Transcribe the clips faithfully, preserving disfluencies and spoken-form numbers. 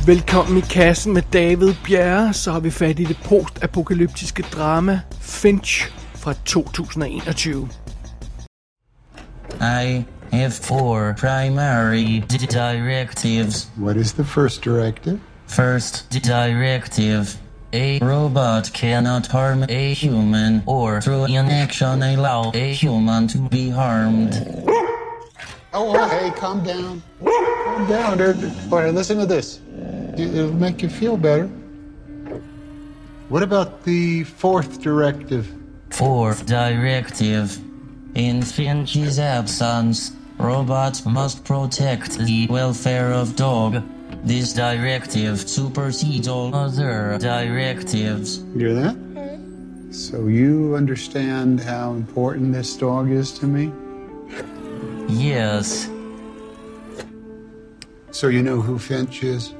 Velkommen i kassen med David Bjerre, så har vi fat i det post-apokalyptiske drama Finch fra to tusind og enogtyve. I have four primary d- directives. What is the first directive? First directive. A robot cannot harm a human or through inaction allow a human to be harmed. Oh, hey, calm down. Calm down. All right, listen to this. It'll make you feel better. What about the fourth directive? Fourth directive. In Finch's absence, robots must protect the welfare of dog. This directive supersedes all other directives. You hear that? So you understand how important this dog is to me? Yes. So you know who Finch is?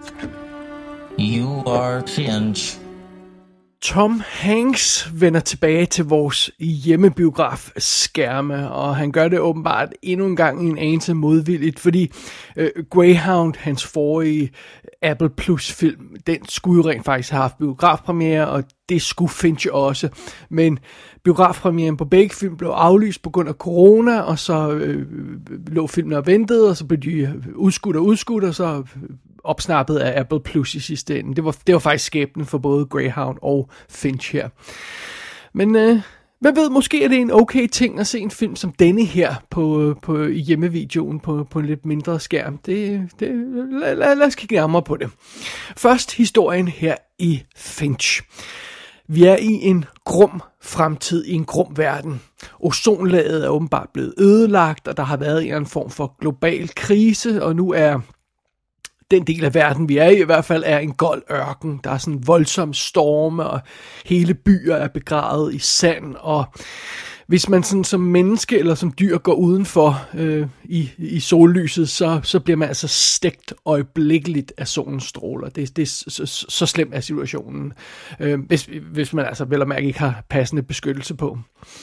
You are Finch. Tom Hanks vender tilbage til vores hjemmebiograf-skærme, og han gør det åbenbart endnu en gang i en anelse modvilligt, fordi øh, Greyhound, hans forrige Apple Plus-film, den skulle jo rent faktisk have haft biografpremiere, og det skulle Finch også. Men biografpremieren på begge film blev aflyst på grund af corona, og så øh, lå filmene og ventede, og så blev de udskudt og udskudt, og så opsnappet af Apple Plus i sidste ende. Det var, det var faktisk skæbnen for både Greyhound og Finch her. Men øh, hvad ved, måske er det en okay ting at se en film som denne her på, på hjemmevideoen på, på en lidt mindre skærm. Det, det, lad, lad, lad os kigge nærmere på det. Først historien her i Finch. Vi er i en grum fremtid, i en grum verden. Ozonlaget er åbenbart blevet ødelagt, og der har været en eller anden form for global krise, og nu er den del af verden, vi er i i hvert fald, er en gold ørken. Der er sådan voldsomme storme, og hele byer er begravet i sand, og hvis man sådan som menneske eller som dyr går udenfor øh, i, i sollyset, så, så bliver man altså stegt øjeblikkeligt af solens stråler. Det, det er så, så, så slem er situationen, øh, hvis, hvis man altså vel og mærke ikke har passende beskyttelse på.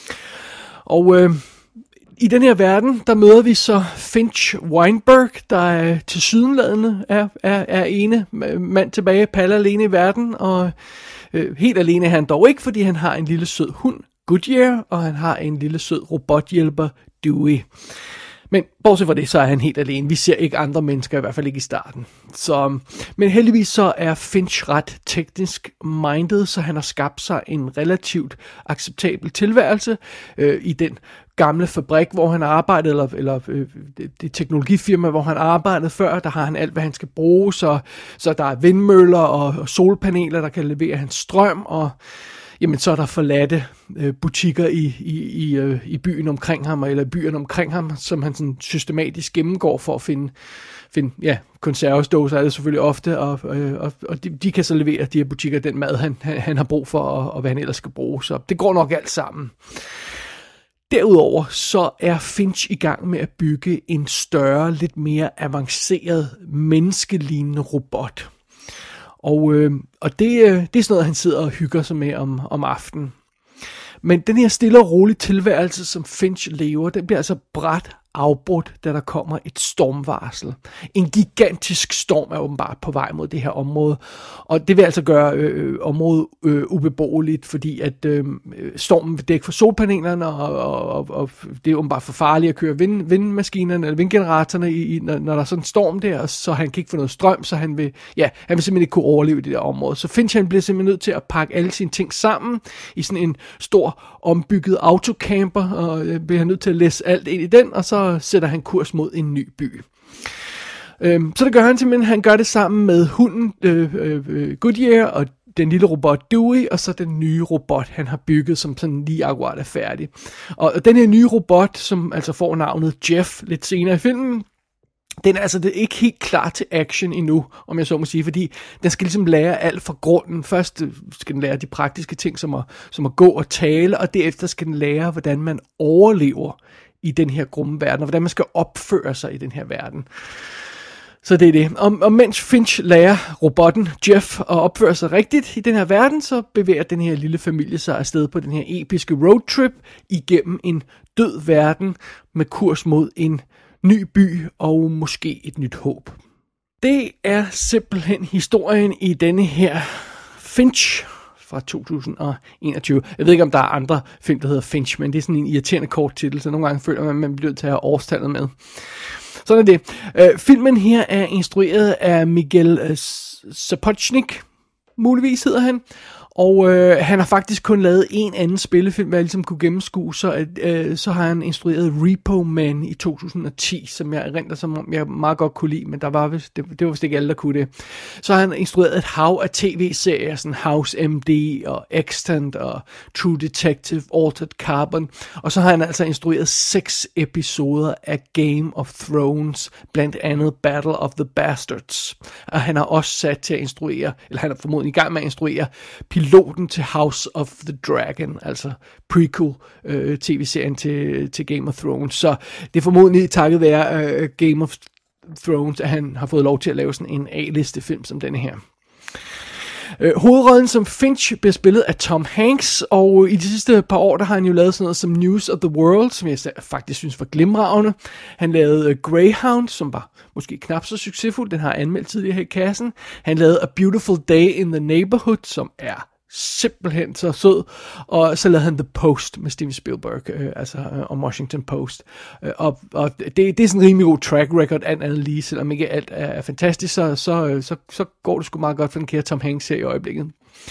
Og øh, i den her verden, der møder vi så Finch Weinberg, der er tilsyneladende er, er, er ene mand tilbage, palle alene i verden, og øh, helt alene er han dog ikke, fordi han har en lille sød hund, Goodyear, og han har en lille sød robothjælper, Dewey. Men bortset fra det, så er han helt alene. Vi ser ikke andre mennesker, i hvert fald ikke i starten. Så, men heldigvis så er Finch ret teknisk minded, så han har skabt sig en relativt acceptabel tilværelse øh, i den gamle fabrik, hvor han arbejdede, eller, eller øh, det, det teknologifirma, hvor han arbejdede før. Der har han alt, hvad han skal bruge, så, så der er vindmøller og, og solpaneler, der kan levere hans strøm, og jamen så er der forladte øh, butikker i, i, i, øh, i byen omkring ham, eller byerne omkring ham, som han sådan systematisk gennemgår for at finde, finde ja, konservesdåser er det selvfølgelig ofte, og, øh, og, og de, de kan så levere de her butikker den mad, han, han, han har brug for, og, og hvad han ellers skal bruge. Så det går nok alt sammen. Derudover så er Finch i gang med at bygge en større, lidt mere avanceret, menneskelignende robot. Og, øh, og det, øh, det er sådan noget, han sidder og hygger sig med om, om aftenen. Men den her stille og rolige tilværelse, som Finch lever, den bliver altså brat afbrudt, da der kommer et stormvarsel. En gigantisk storm er åbenbart på vej mod det her område, og det vil altså gøre øh, området øh, ubeboeligt, fordi at øh, stormen vil dække for solpanelerne, og, og, og, og det er åbenbart for farligt at køre vind, vindmaskinerne eller vindgeneratorerne, i, når, når der er sådan en storm der, så han kan ikke få noget strøm, så han vil, ja, han vil simpelthen ikke kunne overleve i det der område. Så Finch han bliver simpelthen nødt til at pakke alle sine ting sammen i sådan en stor ombygget autocamper, og øh, bliver han nødt til at læse alt ind i den, og så sætter han kurs mod en ny by. Øhm, så det gør han simpelthen, han gør det sammen med hunden øh, øh, Goodyear og den lille robot Dewey, og så den nye robot, han har bygget, som sådan lige akkurat er færdig. Og, og den her nye robot, som altså får navnet Jeff lidt senere i filmen, den er altså det er ikke helt klar til action endnu, om jeg så må sige, fordi den skal ligesom lære alt fra grunden. Først skal den lære de praktiske ting, som at, som at gå og tale, og derefter skal den lære, hvordan man overlever i den her grumme verden, og hvordan man skal opføre sig i den her verden. Så det er det. Og, og mens Finch lærer robotten Jeff at opføre sig rigtigt i den her verden, så bevæger den her lille familie sig afsted på den her episke roadtrip igennem en død verden med kurs mod en ny by og måske et nyt håb. Det er simpelthen historien i denne her Finch fra to tusind og enogtyve. Jeg ved ikke, om der er andre film, der hedder Finch, men det er sådan en irriterende kort titel, så nogle gange føler man, at man bliver nødt til at have årstallet med. Sådan er det. Øh, filmen her er instrueret af Miguel øh, Sapochnik, muligvis hedder han. Og øh, han har faktisk kun lavet en anden spillefilm, hvad jeg ligesom kunne gennemskue, så, at, øh, så har han instrueret Repo Man i to tusind og ti, som jeg erindrer, som jeg meget godt kunne lide, men der var vist, det, det var vist ikke alle, der kunne det. Så har han instrueret et hav af tv-serier, sådan House M D og Extant og True Detective, Altered Carbon, og så har han altså instrueret seks episoder af Game of Thrones, blandt andet Battle of the Bastards. Og han har også sat til at instruere, eller han er formodentlig i gang med at instruere piloten til House of the Dragon, altså prequel øh, tv-serien til, til Game of Thrones. Så det er formodentlig takket være øh, Game of Thrones, at han har fået lov til at lave sådan en A-liste film som denne her. Øh, hovedrollen som Finch bliver spillet af Tom Hanks, og i de sidste par år, der har han jo lavet sådan noget som News of the World, som jeg faktisk synes var glimragende. Han lavede uh, Greyhound, som var måske knap så succesfuld, den har jeg anmeldt tidligere her i kassen. Han lavede A Beautiful Day in the Neighborhood, som er simpelthen så sød, og så lavede han The Post med Steven Spielberg, øh, altså øh, om Washington Post, øh, og, og det, det er sådan en rimelig god track record, alt andet lige, selvom ikke alt er fantastisk, så, så, så, så går det sgu meget godt for den kære Tom Hanks her i øjeblikket.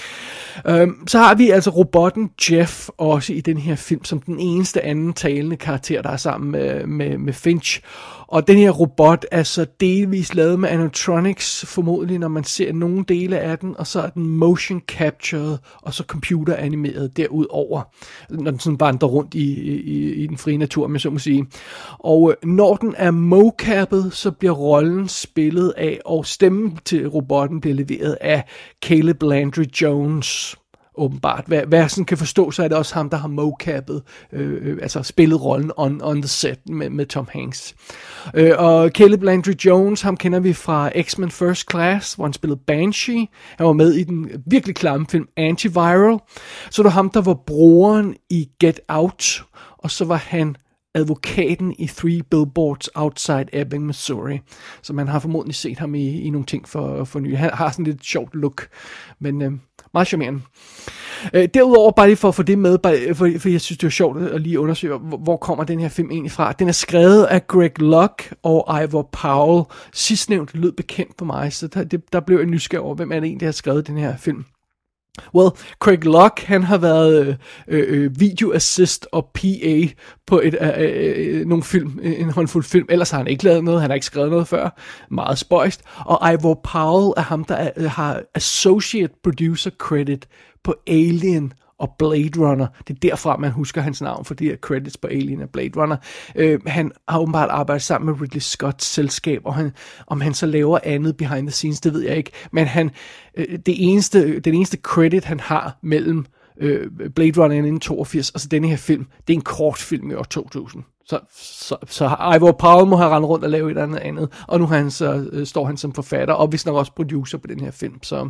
Øhm, så har vi altså robotten Jeff også i den her film, som den eneste anden talende karakter, der er sammen med, med, med Finch. Og den her robot er så delvis lavet med animatronics, formodentlig når man ser nogle dele af den, og så er den motion captured, og så computeranimeret derudover, når den sådan vandrer rundt i, i, i den frie natur, om jeg så må sige. Og når den er mocappet, så bliver rollen spillet af, og stemmen til robotten bliver leveret af Caleb Landry Jones. Åbenbart. Hvad, hvad jeg sådan kan forstå, så er det også ham, der har mocappet, øh, altså spillet rollen on, on the set med, med Tom Hanks. Øh, og Caleb Landry Jones, ham kender vi fra X-Men First Class, hvor han spillede Banshee. Han var med i den virkelig klamme film Antiviral. Så er det ham, der var broren i Get Out, og så var han advokaten i Three Billboards Outside Ebbing, Missouri. Så man har formodentlig set ham i, i nogle ting for, for nylig. Han har sådan lidt sjovt look, men øh, meget charmerende. Øh, derudover, bare lige for at få det med, bare, for, for jeg synes, det er sjovt at lige undersøge, hvor, hvor kommer den her film egentlig fra. Den er skrevet af Greg Luck og Ivor Powell. Sidstnævnt lød bekendt for mig, så der, det, der blev jeg nysgerrig over, hvem er det egentlig, der har skrevet den her film. Well, Craig Luck, han har været øh, øh, video assist og P A på et, øh, øh, nogle film, en håndfuld film. Ellers har han ikke lavet noget, han har ikke skrevet noget før. Meget spøjst. Og Ivor Powell er ham, der er, har associate producer credit på Alien og Blade Runner. Det er derfra, man husker hans navn, for de her credits på Alien og Blade Runner. Øh, han har åbenbart arbejdet sammen med Ridley Scotts selskab, og han, om han så laver andet behind the scenes, det ved jeg ikke. Men han, øh, det eneste, den eneste credit, han har mellem øh, Blade Runner i nitten toogfirs og så denne her film, det er en kortfilm i år to tusind. Så, så, så Ivor Powell må have rendt rundt og lave et eller andet, og nu han så, øh, står han som forfatter, og vist nok også producer på den her film. Så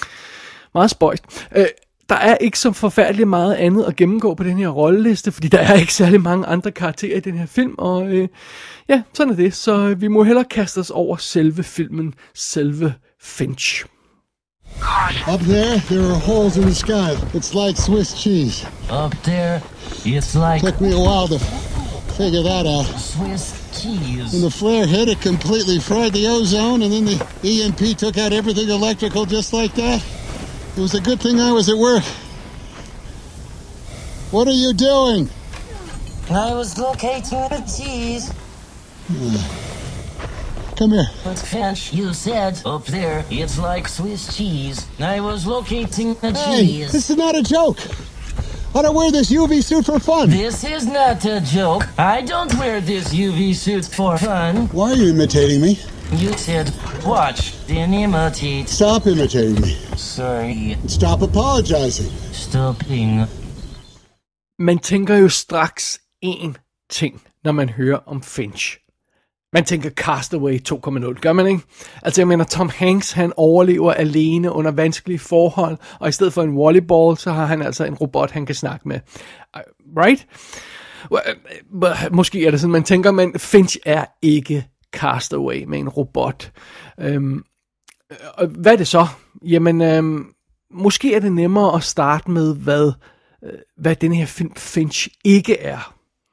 meget spøjst. Øh, Der er ikke så forfærdeligt meget andet at gennemgå på den her rolleliste, fordi der er ikke særlig mange andre karakterer i den her film, og øh, ja, sådan er det. Så vi må hellere kaste os over selve filmen, selve Finch. Up there, there are holes in the sky. It's like Swiss cheese. Up there, it's like Took me a while to figure that out. Swiss cheese. When the flare hit, it completely fried the ozone, and then the E M P took out everything electrical just like that. It was a good thing I was at work. What are you doing? I was locating the cheese. Come here. But Finch, you said up there it's like Swiss cheese. I was locating the Hey, cheese. this is not a joke. I don't wear this U V suit for fun. This is not a joke. I don't wear this U V suit for fun. Why are you imitating me? You said, watch, then imitate. Stop imitating me. Sorry. Stop apologizing. Stopping. Man tænker jo straks én ting, når man hører om Finch. Man tænker Castaway to punkt nul, gør man ikke? Altså jeg mener, Tom Hanks, han overlever alene under vanskelige forhold, og i stedet for en volleyball, så har han altså en robot, han kan snakke med. Right? Måske er det sådan, man tænker, men Finch er ikke Castaway med en robot. Øhm, og hvad er det så? Jamen, øhm, måske er det nemmere at starte med, hvad, øh, hvad den her film Finch ikke er.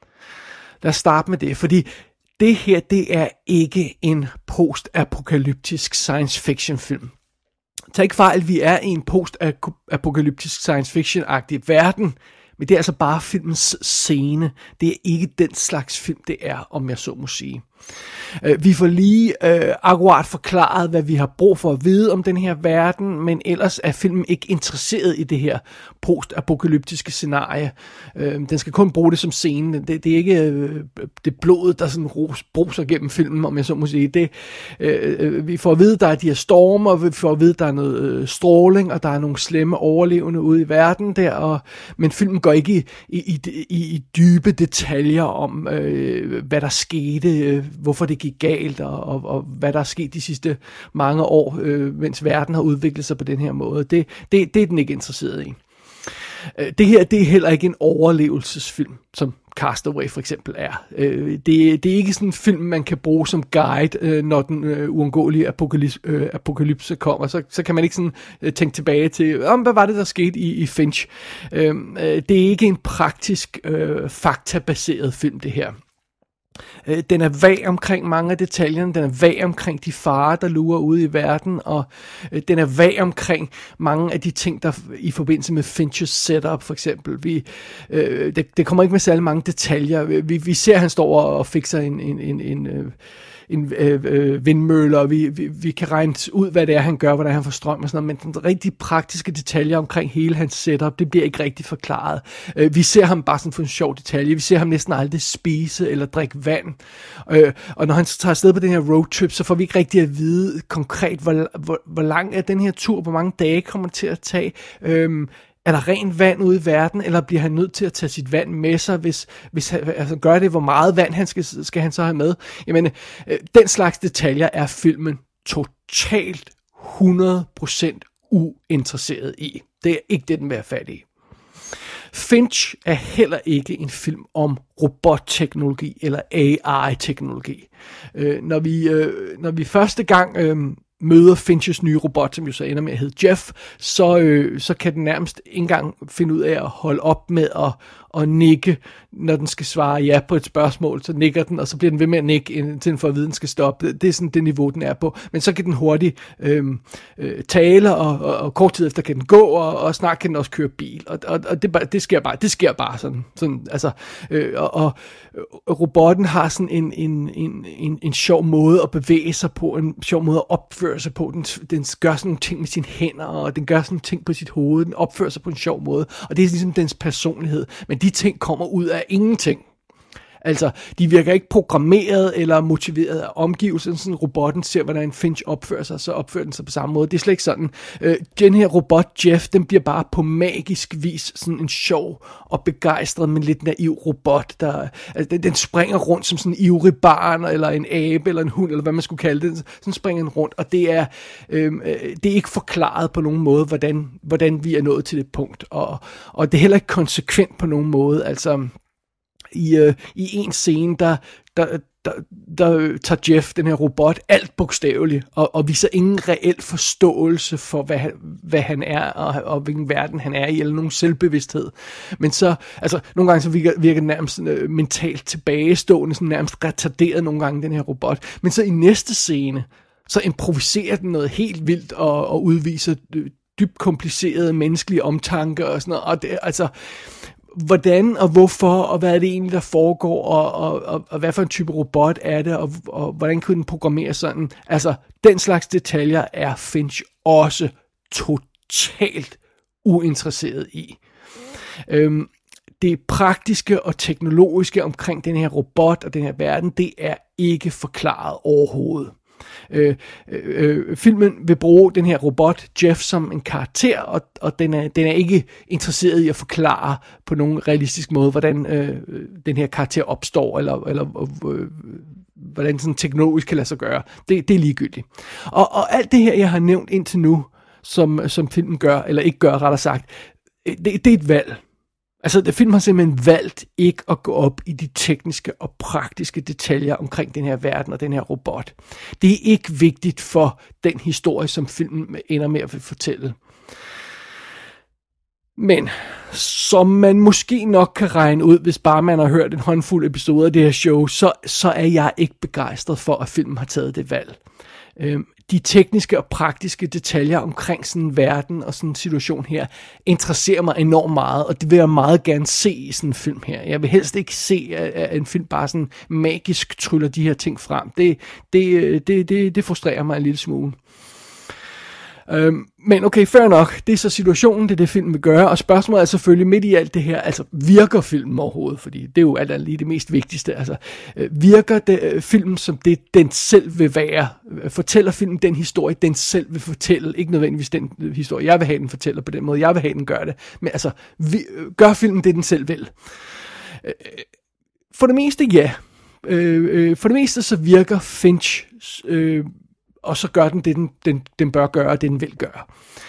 Lad os starte med det, fordi det her, det er ikke en post-apokalyptisk science fiction film. Tag ikke fejl, vi er i en post-apokalyptisk science fiction-agtig verden, men det er altså bare filmens scene. Det er ikke den slags film, det er, om jeg så må sige. Vi får lige øh, akkurat forklaret, hvad vi har brug for at vide om den her verden, men ellers er filmen ikke interesseret i det her post-apokalyptiske scenarie. Øh, den skal kun bruge det som scene. Det, det er ikke øh, det blod, der sådan bruser gennem filmen, om jeg så må sige. Det, øh, vi får at vide, at der er de her stormer, og vi får at vide, at der er noget øh, stråling, og der er nogle slemme overlevende ude i verden der, og, men filmen går ikke i, i, i, i, i dybe detaljer om, øh, hvad der skete, øh, hvorfor det gik galt, og, og, og hvad der er sket de sidste mange år, øh, mens verden har udviklet sig på den her måde. Det, det, det er den ikke interesseret i. Øh, det her, det er heller ikke en overlevelsesfilm, som Castaway for eksempel er. Øh, det, det er ikke sådan en film, man kan bruge som guide, øh, når den øh, uundgåelige apokalypse, øh, apokalypse kommer. Så, så kan man ikke sådan øh, tænke tilbage til, om hvad var det, der skete i, i Finch. Øh, øh, det er ikke en praktisk, øh, faktabaseret film, det her. Den er vag omkring mange af detaljerne, den er vag omkring de farer, der lurer ude i verden, og den er vag omkring mange af de ting, der i forbindelse med Finch's setup for eksempel. Vi, øh, det, det kommer ikke med særlig mange detaljer. Vi, vi ser, at han står og fikser en, en, en, en, en øh, øh, vindmølle, og vi, vi, vi kan regne ud, hvad det er, han gør, hvordan han får strøm og sådan noget, men de rigtig praktiske detaljer omkring hele hans setup, det bliver ikke rigtig forklaret. Øh, vi ser ham bare sådan for en sjov detalje. Vi ser ham næsten aldrig spise eller drikke vand. Øh, og når han tager afsted på den her roadtrip, så får vi ikke rigtig at vide konkret, hvor, hvor, hvor lang er den her tur, hvor mange dage kommer til at tage. Øh, Er der rent vand ude i verden, eller bliver han nødt til at tage sit vand med sig, hvis, hvis han altså, gør det, hvor meget vand han skal, skal han så have med? Jamen, øh, den slags detaljer er filmen totalt hundrede procent uinteresseret i. Det er ikke det, den vil have fat i. Finch er heller ikke en film om robotteknologi eller A I-teknologi. Øh, når, vi, øh, når vi første gang øh, møder Finch's nye robot, som jo så ender med at hedde Jeff, så, øh, så kan den nærmest ikke engang finde ud af at holde op med at, at nikke, når den skal svare ja på et spørgsmål, så nikker den, og så bliver den ved med at nikke, indtil den for at vide, den skal stoppe. Det er sådan det niveau, den er på. Men så kan den hurtigt øh, øh, tale, og, og, og kort tid efter kan den gå, og, og snart kan den også køre bil. Og, og, og det, det sker bare, det sker bare sådan. sådan altså, øh, og, og robotten har sådan en, en, en, en, en sjov måde at bevæge sig på, en sjov måde at opføre sig på. Den, den gør sådan nogle ting med sine hænder, og den gør sådan nogle ting på sit hoved. Den opfører sig på en sjov måde, og det er ligesom dens personlighed. Men de ting kommer ud af ingenting. Altså, de virker ikke programmeret eller motiveret af omgivelserne. Sådan robotten ser, hvordan Finch opfører sig, så opfører den sig på samme måde. Det er slet ikke sådan. Øh, den her robot, Jeff, den bliver bare på magisk vis sådan en sjov og begejstret, men lidt naiv robot. Der, altså, den, den springer rundt som sådan en ivrig barn, eller en abe, eller en hund, eller hvad man skulle kalde det. Sådan springer den rundt, og det er, øh, det er ikke forklaret på nogen måde, hvordan, hvordan vi er nået til det punkt. Og, og det er heller ikke konsekvent på nogen måde. Altså, I, øh, i en scene, der, der, der, der tager Jeff, den her robot, alt bogstaveligt, og, og viser ingen reel forståelse for, hvad han, hvad han er, og, og hvilken verden han er i, eller nogen selvbevidsthed. Men så, altså, nogle gange så virker, virker den nærmest øh, mentalt tilbagestående, sådan nærmest retarderet nogle gange, den her robot. Men så i næste scene, så improviserer den noget helt vildt, og, og udviser øh, dybt komplicerede menneskelige omtanker, og sådan noget, og det, altså, hvordan og hvorfor, og hvad er det egentlig, der foregår, og, og, og, og hvad for en type robot er det, og, og hvordan kunne den programmere sådan. Altså, den slags detaljer er Finch også totalt uinteresseret i. Øhm, det praktiske og teknologiske omkring den her robot og den her verden, det er ikke forklaret overhovedet. Øh, øh, filmen vil bruge den her robot Jeff som en karakter, og, og den, er, den er ikke interesseret i at forklare på nogen realistisk måde, hvordan øh, den her karakter opstår, eller, eller øh, hvordan sådan teknologisk kan lade sig gøre. Det, det er ligegyldigt. Og, og alt det her, jeg har nævnt indtil nu, som, som filmen gør, eller ikke gør, rettere sagt, det, det er et valg. Altså, det film har simpelthen valgt ikke at gå op i de tekniske og praktiske detaljer omkring den her verden og den her robot. Det er ikke vigtigt for den historie, som filmen ender med at fortælle. Men som man måske nok kan regne ud, hvis bare man har hørt en håndfuld episoder af det her show, så, så er jeg ikke begejstret for, at filmen har taget det valg. Øhm, de tekniske og praktiske detaljer omkring sådan en verden og sådan en situation her, interesserer mig enormt meget, og det vil jeg meget gerne se i sådan en film her. Jeg vil helst ikke se, at en film bare sådan magisk tryller de her ting frem. Det, det, det, det, det frustrerer mig en lille smule. Øhm, men okay, fair nok, det er så situationen, det er det filmen vil gøre, og spørgsmålet er selvfølgelig midt i alt det her, altså virker filmen overhovedet, fordi det er jo alt andet lige det mest vigtigste, altså øh, virker det, øh, filmen som det, den selv vil være, fortæller filmen den historie, den selv vil fortælle, ikke nødvendigvis den historie, jeg vil have den fortæller på den måde, jeg vil have den gør det, men altså, vi, øh, gør filmen det, den selv vil. Øh, for det meste, ja. Øh, øh, for det meste så virker Finch øh, og så gør den det, den, den, den bør gøre, og det den vil gøre.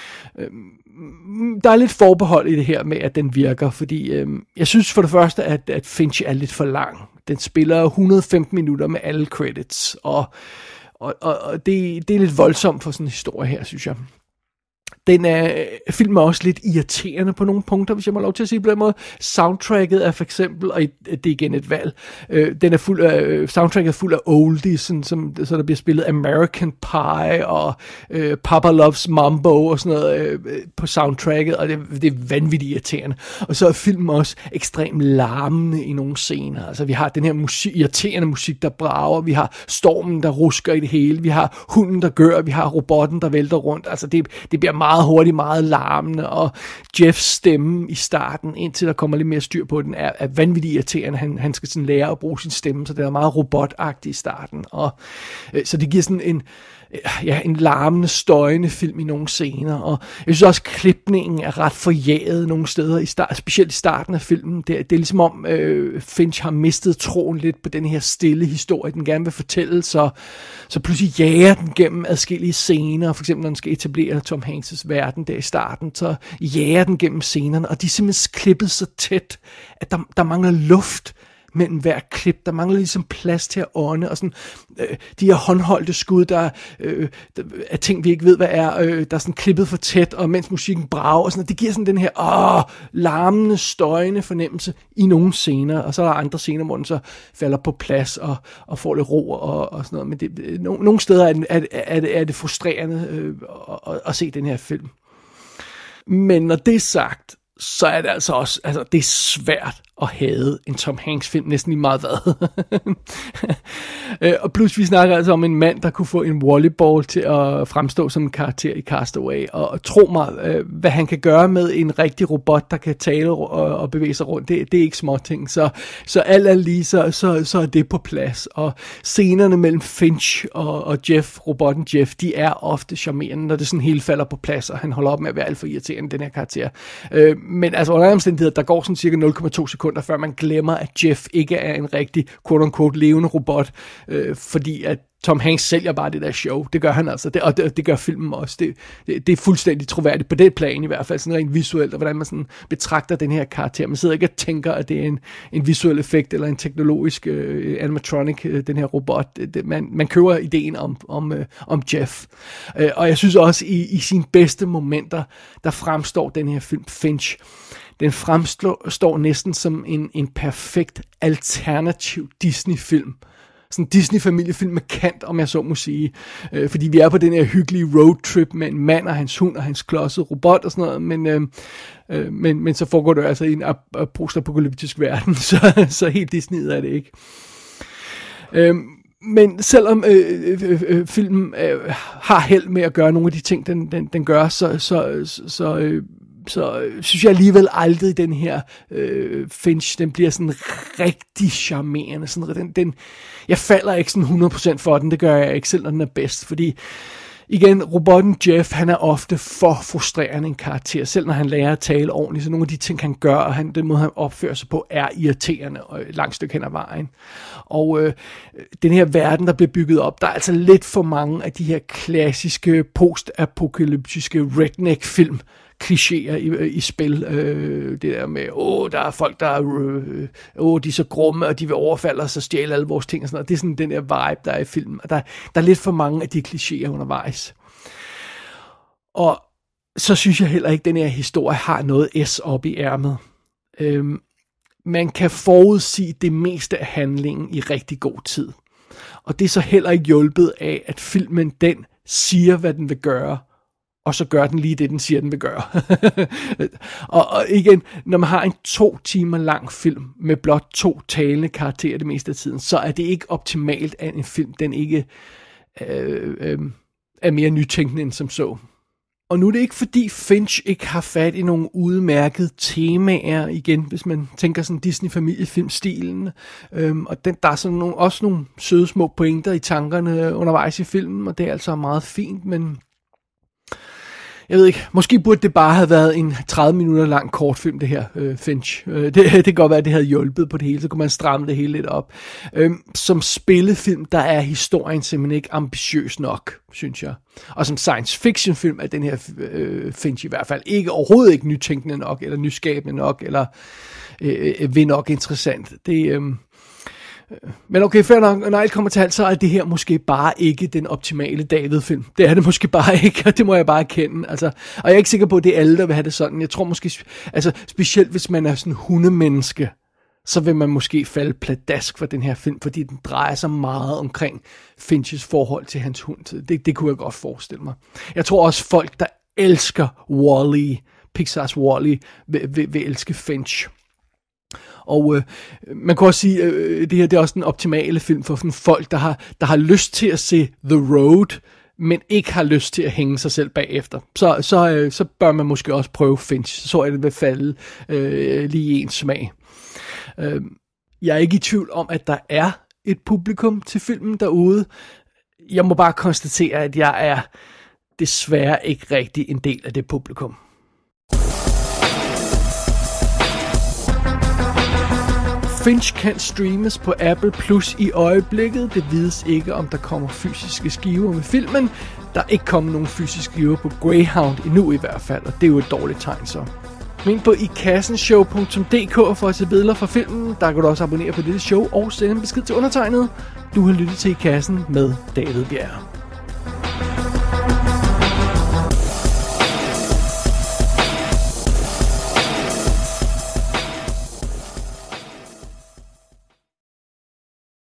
Øhm, der er lidt forbehold i det her med, at den virker, fordi øhm, jeg synes for det første, at, at Finch er lidt for lang. Den spiller et hundrede og femten minutter med alle credits, og, og, og, og det, det er lidt voldsomt for sådan en historie her, synes jeg. Den er, filmen er også lidt irriterende på nogle punkter, hvis jeg må lov til at sige på den måde. Soundtracket er for eksempel, og det er igen et valg, øh, den er fuld af, soundtracket er fuld af oldies, sådan, som, så der bliver spillet American Pie og øh, Papa Loves Mambo og sådan noget øh, på soundtracket, og det, det er vanvittigt irriterende. Og så er filmen også ekstremt larmende i nogle scener. Altså vi har den her musik, irriterende musik, der brager, vi har stormen, der rusker i det hele, vi har hunden, der gør, vi har robotten, der vælter rundt. Altså det, det bliver meget hurtigt, meget larmende, og Jeffs stemme i starten, indtil der kommer lidt mere styr på den, er, er vanvittigt irriterende. Han, han skal sådan lære at bruge sin stemme, så det er meget robotagtigt i starten. Og, øh, så det giver sådan en, ja, en larmende, støjende film i nogle scener, og jeg synes også, at klipningen er ret forjaget nogle steder, i start, specielt i starten af filmen. Det, det er ligesom om øh, Finch har mistet troen lidt på den her stille historie, den gerne vil fortælle, så, så pludselig jager den gennem adskillige scener, for eksempel når den skal etablere Tom Hanks' verden der i starten, så jager den gennem scenerne, og de er simpelthen klippet så tæt, at der, der mangler luft mellem hver klip. Der mangler ligesom plads til at ånde, og sådan, øh, de her håndholdte skud, der, øh, der er ting, vi ikke ved, hvad er, øh, der er sådan klippet for tæt, og mens musikken brager, og sådan, det giver sådan den her åh, larmende, støjende fornemmelse i nogle scener, og så er der andre scener, hvor den så falder på plads, og, og får lidt ro, og, og sådan noget, men det, no, nogle steder er det, er, er det, er det frustrerende øh, at, at se den her film. Men når det er sagt, så er det altså også, altså det er svært at hade en Tom Hanks film, næsten lige meget hvad. Og plus vi snakker altså om en mand, der kunne få en volleyball til at fremstå som en karakter i Castaway, og tro mig, hvad han kan gøre med en rigtig robot, der kan tale og, og bevæge sig rundt, det, det er ikke småting, så, så alt er lige, så, så, så er det på plads, og scenerne mellem Finch og, og Jeff, robotten Jeff, de er ofte charmerende, når det sådan helt falder på plads, og han holder op med at være alt for irriterende, den her karakter. Men altså under omstændigheder, der går sådan cirka nul komma to sekunder, før man glemmer, at Jeff ikke er en rigtig quote-unquote levende robot, øh, fordi at Tom Hanks sælger bare det der show. Det gør han altså, det, og det, det gør filmen også. Det, det, det er fuldstændig troværdigt på det plan i hvert fald, sådan rent visuelt, og hvordan man sådan betragter den her karakter. Man sidder ikke og tænker, at det er en, en visuel effekt eller en teknologisk øh, animatronic, øh, den her robot. Det, man, man køber ideen om, om, øh, om Jeff. Øh, og jeg synes også, i, i sine bedste momenter, der fremstår den her film Finch. Den fremstår næsten som en, en perfekt alternativ Disney-film. Sådan en Disney-familiefilm med kant, om jeg så må sige. Øh, fordi vi er på den her hyggelige roadtrip med en mand og hans hund og hans klodsede robot og sådan noget. Men, øh, øh, men, men så foregår det altså i en ap- post-apokalyptisk verden. Så, så helt Disney er det ikke. Øh, Men selvom øh, øh, øh, filmen øh, har held med at gøre nogle af de ting, den, den, den gør, så... så, så øh, så øh, synes jeg alligevel aldrig, den her øh, Finch, den bliver sådan rigtig charmerende. Sådan, den, den, jeg falder ikke sådan hundrede procent for den, det gør jeg ikke selv, når den er bedst, fordi igen, robotten Jeff, han er ofte for frustrerende en karakter, selv når han lærer at tale ordentligt, så nogle af de ting, han gør, og han, den måde, han opfører sig på, er irriterende og et langt stykke hen ad vejen. Og øh, den her verden, der bliver bygget op, der er altså lidt for mange af de her klassiske post-apokalyptiske redneck-film, klichéer i, i spil. Øh, det der med, åh, der er folk, der er, øh, åh, de er så grumme, og de vil overfalde os og stjæle alle vores ting og sådan noget. Det er sådan den der vibe, der er i filmen. Og der, der er lidt for mange af de klichéer undervejs. Og så synes jeg heller ikke, at den her historie har noget S op i ærmet. Øhm, man kan forudsige det meste af handlingen i rigtig god tid. Og det er så heller ikke hjulpet af, at filmen den siger, hvad den vil gøre, og så gør den lige det, den siger, den vil gøre. og, og igen, når man har en to timer lang film, med blot to talende karakterer det meste af tiden, så er det ikke optimalt, at en film, den ikke øh, øh, er mere nytænkende end som så. Og nu er det ikke fordi Finch ikke har fat i nogle udmærkede temaer, igen, hvis man tænker sådan Disney-familiefilmstilen. Øhm, og den, der er sådan nogle, også nogle søde små pointer i tankerne undervejs i filmen, og det er altså meget fint, men jeg ved ikke, måske burde det bare have været en tredive minutter lang kortfilm, det her, øh, Finch. Øh, det, det kan godt være, at det havde hjulpet på det hele, så kunne man stramme det hele lidt op. Øh, som spillefilm, der er historien simpelthen ikke ambitiøs nok, synes jeg. Og som science fiction film er den her øh, Finch i hvert fald ikke, overhovedet ikke nytænkende nok, eller nyskabende nok, eller øh, ved nok interessant. Det øh, Men okay, fair nok, når alt kommer til alt, så er det her måske bare ikke den optimale David-film. Det er det måske bare ikke, og det må jeg bare erkende. Altså, og jeg er ikke sikker på, at det er alle, der vil have det sådan. Jeg tror måske, altså specielt hvis man er sådan en hundemenneske, så vil man måske falde pladask for den her film, fordi den drejer sig meget omkring Finches forhold til hans hund. Det, det kunne jeg godt forestille mig. Jeg tror også folk, der elsker Wall-E, Pixar's Wall-E, vil, vil, vil elske Finch. Og øh, man kan også sige, øh, det her det er også den optimale film for sådan folk, der har, der har lyst til at se The Road, men ikke har lyst til at hænge sig selv bagefter. Så, så, øh, så bør man måske også prøve Finch, så er det vil falde øh, lige i ens smag. Øh, jeg er ikke i tvivl om, at der er et publikum til filmen derude. Jeg må bare konstatere, at jeg er desværre ikke rigtig en del af det publikum. Finch kan streames på Apple Plus i øjeblikket. Det vides ikke, om der kommer fysiske skiver med filmen. Der er ikke kommet nogen fysiske skiver på Greyhound endnu i hvert fald, og det er jo et dårligt tegn så. Gå på i kassenshow punktum d k for at se billeder fra filmen. Der kan du også abonnere på dette show og sende en besked til undertegnet. Du har lyttet til I Kassen med David Bjerg.